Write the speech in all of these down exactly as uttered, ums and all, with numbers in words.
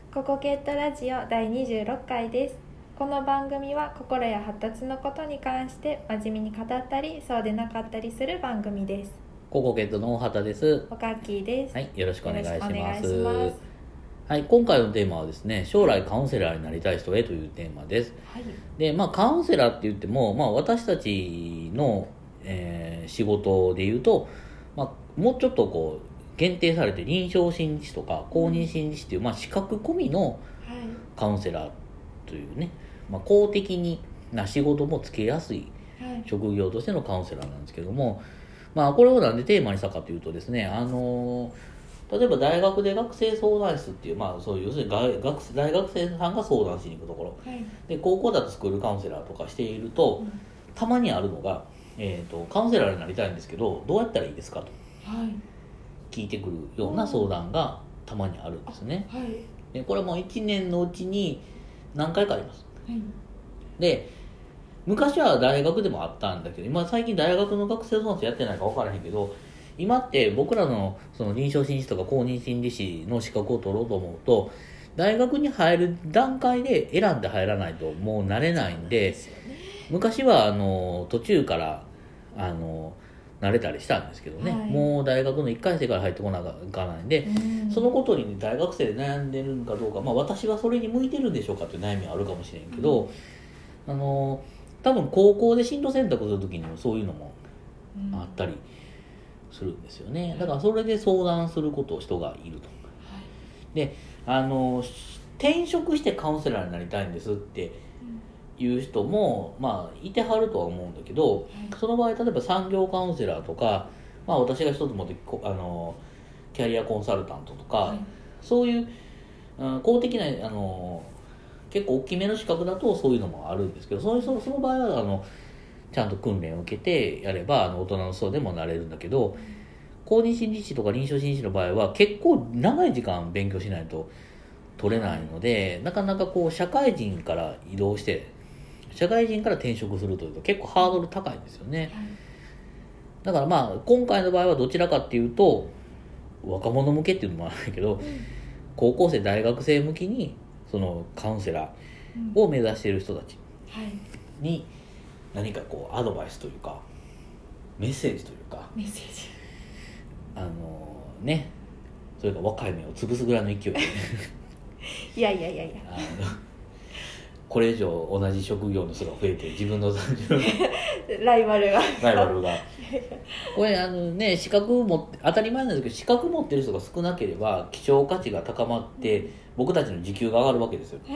ココケットラジオだいにじゅうろっかいです。この番組は心や発達のことに関して真面目に語ったりそうでなかったりする番組です。 ココケットの大畑です。 おかきです。 はい、よろしくお願いします。 よろしくお願いします。 はい、今回のテーマはですね、将来カウンセラーになりたい人へというテーマです。 はい。 で、まあカウンセラーって言っても、まあ私たちの、えー仕事で言うと、まあもうちょっとこう限定されて臨床心理士とか公認心理士っていう、まあ資格込みのはい。 カウンセラーというね、まあ公的にな仕事もつけやすいはい。 職業としてのカウンセラーなんですけども、まあこれをなんでテーマにしたかというとですね、あの例えば大学で学生相談室っていう、まあそういう要するに大学大学生さんが相談しに行くところはい。 で、高校だとスクールカウンセラーとかしていると、 うんたまにあるのが、えーと、カウンセラーになりたいんですけどどうやったらいいですかとはい。 聞いてくるような相談がたまにあるんですね。 はい。 でこれもいちねんのうちに何回かあります。 はい。 で昔は大学でもあったんだけど、今最近大学の学生相談室やってないか分からへんけど、今って僕らのその臨床心理士とか公認心理士の資格を取ろうと思うと、大学に入る段階で選んで入らないともうなれないんで、 ですよね。 昔はあの途中からあの慣れたりしたんですけどね、 はいもう大学のいっかい生から入ってこなきゃいかないんで、 うんそのことに大学生で悩んでるのかどうか、まあ私はそれに向いてるんでしょうかという悩みはあるかもしれんけど、あの多分高校で進路選択するときにもそういうのもうんあったりするんですよね。だからそれで相談することを人がいると。であの転職してカウンセラーになりたいんですっていう人もまあいてはるとは思うんだけど、その場合例えば産業カウンセラーとか、まあ、私が一つ持ってこあのキャリアコンサルタントとか、 はい。 そういう、うん、公的なあの結構大きめの資格だとそういうのもあるんですけど、そういうそのその場合はあのちゃんと訓練を受けてやればあの大人の人でもなれるんだけど、公認心理師とか臨床心理士の場合は結構長い時間勉強しないと取れないので、なかなかこう社会人から移動して社会人から転職するというと結構ハードル高いんですよね。だからまあ今回の場合はどちらかっていうと若者向けっていうのもあるけど、高校生大学生向きにそのカウンセラーを目指している人たちはい。 に何かこうアドバイスというかメッセージというか、 メッセージ。 あのね、それから若い芽を潰すぐらいの勢いで、ね、 いやいやいやいや。 あのこれ以上同じ職業の人が増えて自分のライバルが。 ライバルがこれあのね資格持って当たり前なんですけど、資格持ってる人が少なければ希少価値が高まって僕たちの時給が上がるわけですよ。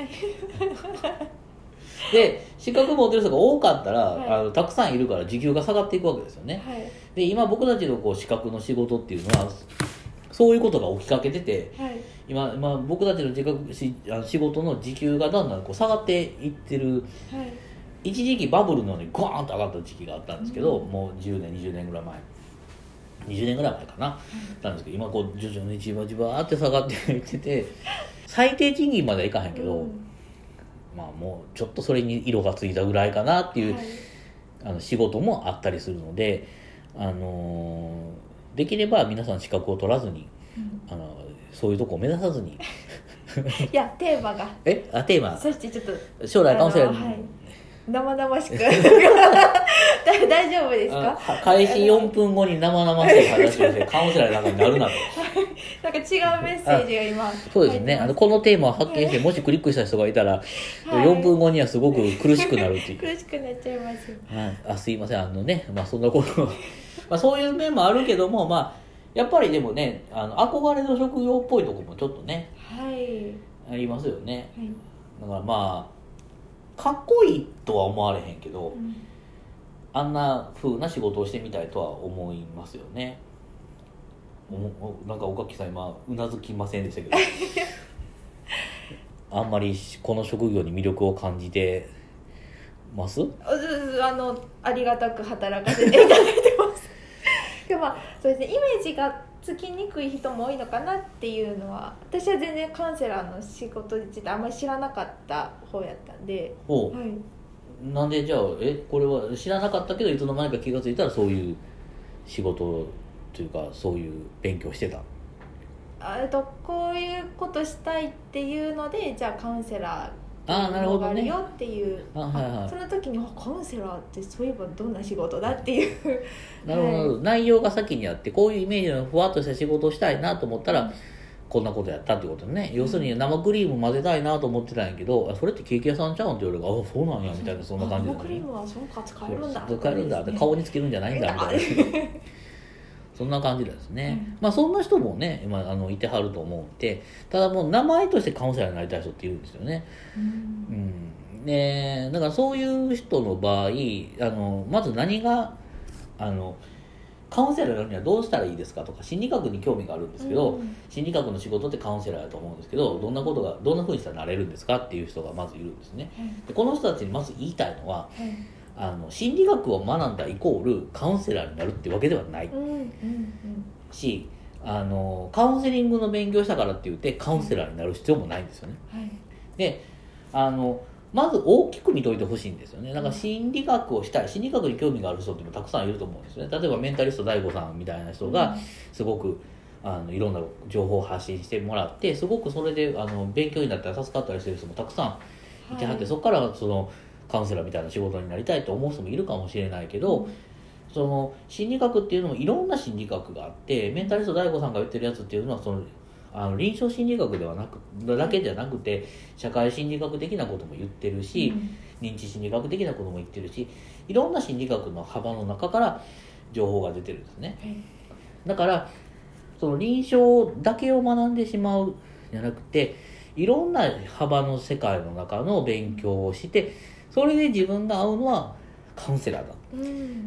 で資格持ってる人が多かったら、 はいあのたくさんいるから時給が下がっていくわけですよね。 はい。 で今僕たちのこう資格の仕事っていうのはそういうことが起きかけてて、 はい。 今、今僕たちの自覚しあの仕事の時給がだんだんこう下がっていってる。 はい。 一時期バブルのようにゴーンと上がった時期があったんですけど、 うんもうじゅうねんにじゅうねんぐらい前にじゅうねんぐらい前かな、なんですけど今こう徐々にじわじわって下がっていってて、最低賃金まではいかへんけど、 うんまあもうちょっとそれに色がついたぐらいかなっていう、 はい。 あの仕事もあったりするので、あのーできれば皆さん資格を取らずに、 うんあのそういうとこを目指さずにいやテーマがえあテーマそしてちょっと将来カウンセラーに、 あのはい、生々しく大丈夫ですあか？ 開始よんぷんごに生々しい話をしてカウンセラーなんかになるなと。 なんか違うメッセージが今そうですね、あのこのテーマを発見してもしクリックした人がいたら、 はいよんぷんごにはすごく苦しくなるっていう、 苦しくなっちゃいます。 はい、あすいませんあのね、まあ、そんなことまあそういう面もあるけども、まあ、やっぱりでもねあの憧れの職業っぽいところもちょっとねはいありますよね。 はい、 だからまあかっこいいとは思われへんけど、 うんあんな風な仕事をしてみたいとは思いますよね。おもおなんか岡木さん今うなずきませんでしたけどあんまりこの職業に魅力を感じてますあずずあのありがたく働かせていただいてますでもまあそうですね、イメージがつきにくい人も多いのかなっていうのは、私は全然カウンセラーの仕事自体あんまり知らなかった方やったんで、 おはい、 なんでじゃあえこれは知らなかったけどいつの間にか気がついたらそういう仕事というかそういう勉強してた。 あとこういうことしたいっていうので、じゃあカウンセラーああなるほどね。 があるよっていう、 あ、はいはい、 その時にカウンセラーってそういえばどんな仕事だっていうなるほど、はい、内容が先にあってこういうイメージのふわっとした仕事をしたいなと思ったら、うん、こんなことやったってことね、うん、要するに生クリーム混ぜたいなと思ってたんやけど、それってケーキ屋さんちゃうんって言われるから、あそうなんやみたいな、そんな感じで、ね、 生クリームはそうか使えるんだ使えるんだって顔につけるんじゃないんだみたいなそんな感じですね、うん、まあそんな人もね今あのいてはると思うんで、ただもう名前としてカウンセラーになりたい人っているんですよね、うん、うん、でだからそういう人の場合、あのまず何があのカウンセラーになるにはどうしたらいいですかとか、心理学に興味があるんですけど、うん、心理学の仕事ってカウンセラーだと思うんですけど、どんなことがどんな風にしたらなれるんですかっていう人がまずいるんですね、うん、でこの人たちにまず言いたいのは、うん、あの心理学を学んだイコールカウンセラーになるってわけではない、うんうんうん、しあのカウンセリングの勉強したからって言ってカウンセラーになる必要もないんですよね、はい、であのまず大きく見といてほしいんですよね。だから心理学をしたい、心理学に興味がある人ってもたくさんいると思うんですよね。例えばメンタリスト ダイゴ さんみたいな人がすごくあのいろんな情報を発信してもらって、すごくそれであの勉強になったり助かったりしてる人もたくさんいてはって、はい、そこからそのカウンセラーみたいな仕事になりたいと思う人もいるかもしれないけど、うん、その心理学っていうのもいろんな心理学があって、メンタリスト ダイゴ さんが言ってるやつっていうのはそのあの臨床心理学ではなくだけじゃなくて、社会心理学的なことも言ってるし、うん、認知心理学的なことも言ってるし、いろんな心理学の幅の中から情報が出てるんですね、はい、だからその臨床だけを学んでしまうじゃなくて、いろんな幅の世界の中の勉強をして、それで自分が合うのはカウンセラーだ、うん、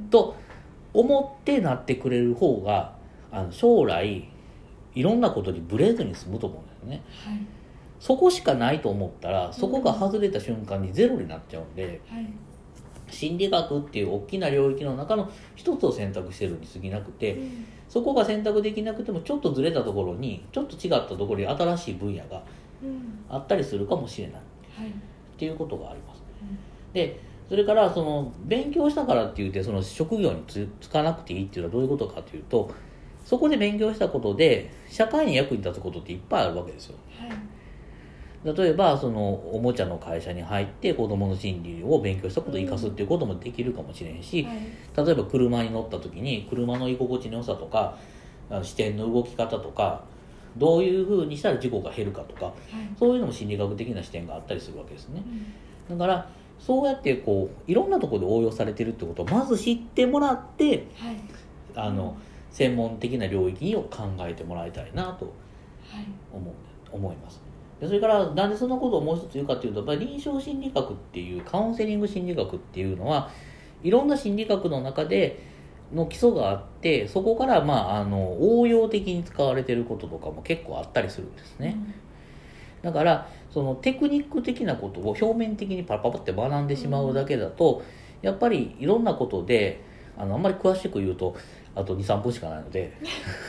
と思ってなってくれる方があの将来いろんなことにブレずに済むと思うんですよね、はい、そこしかないと思ったらそこが外れた瞬間にゼロになっちゃうんで、うんはい、心理学っていう大きな領域の中の一つを選択してるに過ぎなくて、うん、そこが選択できなくてもちょっとずれたところにちょっと違ったところに新しい分野があったりするかもしれない、うんはい、っていうことがあります、うん、でそれからその勉強したからって言ってその職業につつかなくていいっていうのはどういうことかというと、そこで勉強したことで社会に役に立つことっていっぱいあるわけですよ、はい、例えばそのおもちゃの会社に入って子どもの心理を勉強したことを生かすっていうこともできるかもしれんし、うん、例えば車に乗った時に車の居心地の良さとか視点の動き方とかどういうふうにしたら事故が減るかとか、はい、そういうのも心理学的な視点があったりするわけですね、うん、だからそうやってこういろんなところで応用されてるってことをまず知ってもらって、はい、あの、うん専門的な領域を考えてもらいたいなと思う、はい、思います。でそれからなんでそんなことをもう一つ言うかというと、やっぱり臨床心理学っていうカウンセリング心理学っていうのはいろんな心理学の中での基礎があって、そこからまああの応用的に使われていることとかも結構あったりするんですね、うん、だからそのテクニック的なことを表面的にパラパラって学んでしまうだけだと、うん、やっぱりいろんなことであのあんまり詳しく言うとあと にさんぷんしかないので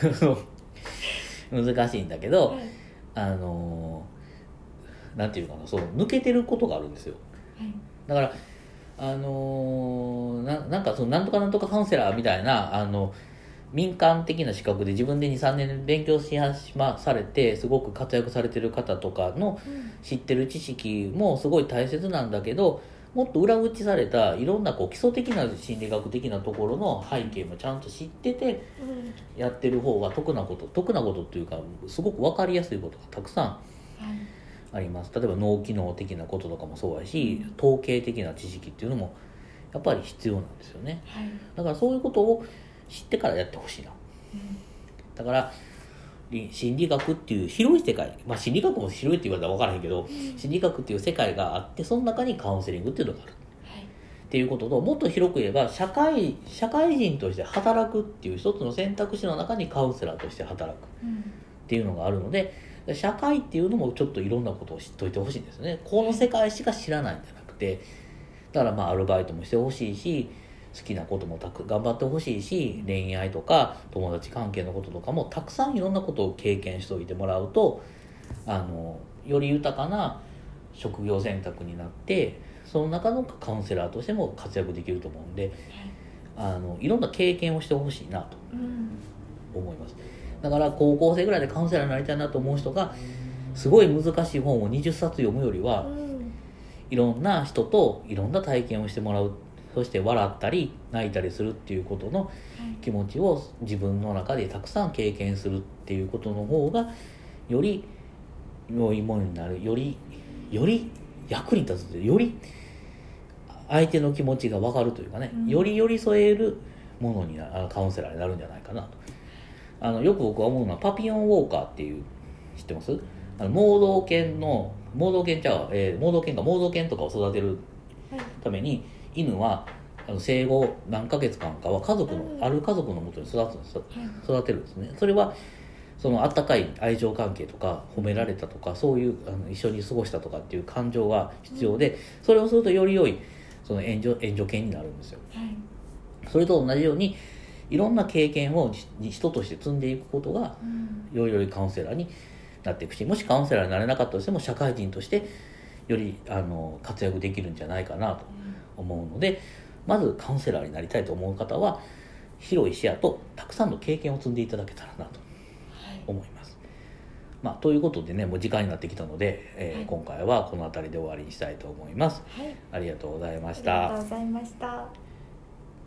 難しいんだけど、はい、あのなんていうかな、そう抜けてることがあるんですよ、はい、だからあの な, なんかそのなんとかなんとかカウンセラーみたいなあの民間的な資格で自分で にさんねん勉強しまされてすごく活躍されてる方とかの知ってる知識もすごい大切なんだけど、もっと裏打ちされたいろんなこう基礎的な心理学的なところの背景もちゃんと知っててやってる方が得なこと得なことっていうかすごく分かりやすいことがたくさんあります。例えば脳機能的なこととかもそうやし、統計的な知識っていうのもやっぱり必要なんですよね、はい、だからそういうことを知ってからやってほしいな、うん、だから心理学っていう広い世界、まあ心理学も広いって言われたら分からへんけど、うん、心理学っていう世界があって、その中にカウンセリングっていうのがある、はい、っていうことと、もっと広く言えば社会社会人として働くっていう一つの選択肢の中にカウンセラーとして働くっていうのがあるので、社会っていうのもちょっといろんなことを知っといてほしいんですね。この世界しか知らないんじゃなくて、だからまあアルバイトもしてほしいし、好きなこともたく頑張ってほしいし、恋愛とか友達関係のこととかもたくさんいろんなことを経験しておいてもらうと、あのより豊かな職業選択になって、その中のカウンセラーとしても活躍できると思うんで、あのいろんな経験をしてほしいなと思います、 だから高校生ぐらいでカウンセラーになりたいなと思う人がすごい難しい本をにじゅっさつ読むよりは、 うん、 いろんな人といろんな体験をしてもらう、そして笑ったり泣いたりするっていうことの気持ちを自分の中でたくさん経験するっていうことの方がより良いものになる、よりより役に立つという、より相手の気持ちが分かるというかね、 うん、 より寄り添えるものになる、カウンセラーになるんじゃないかなと。あのよく僕は思うのはパピオンウォーカーっていう、知ってます？あの盲導犬の盲導犬ちゃう、えー、盲導犬か盲導犬とかを育てるために、はい、犬はあの生後何ヶ月間かは家族の、うん、ある家族のもとに育つんです、育てるんですね。それはそのあったかい愛情関係とか褒められたとか、そういうあの一緒に過ごしたとかっていう感情が必要で、うん、それをするとより良いその援助、援助犬になるんですよ、はい、それと同じようにいろんな経験を人として積んでいくことが、うん、より良いカウンセラーになっていくし、もしカウンセラーになれなかったとしても社会人としてよりあの活躍できるんじゃないかなと思うので、まずカウンセラーになりたいと思う方は広い視野とたくさんの経験を積んでいただけたらなと思います、はい。まあ、ということでね、もう時間になってきたので、えーはい、今回はこの辺りで終わりにしたいと思います、はい、ありがとうございました。 ありがとうございました。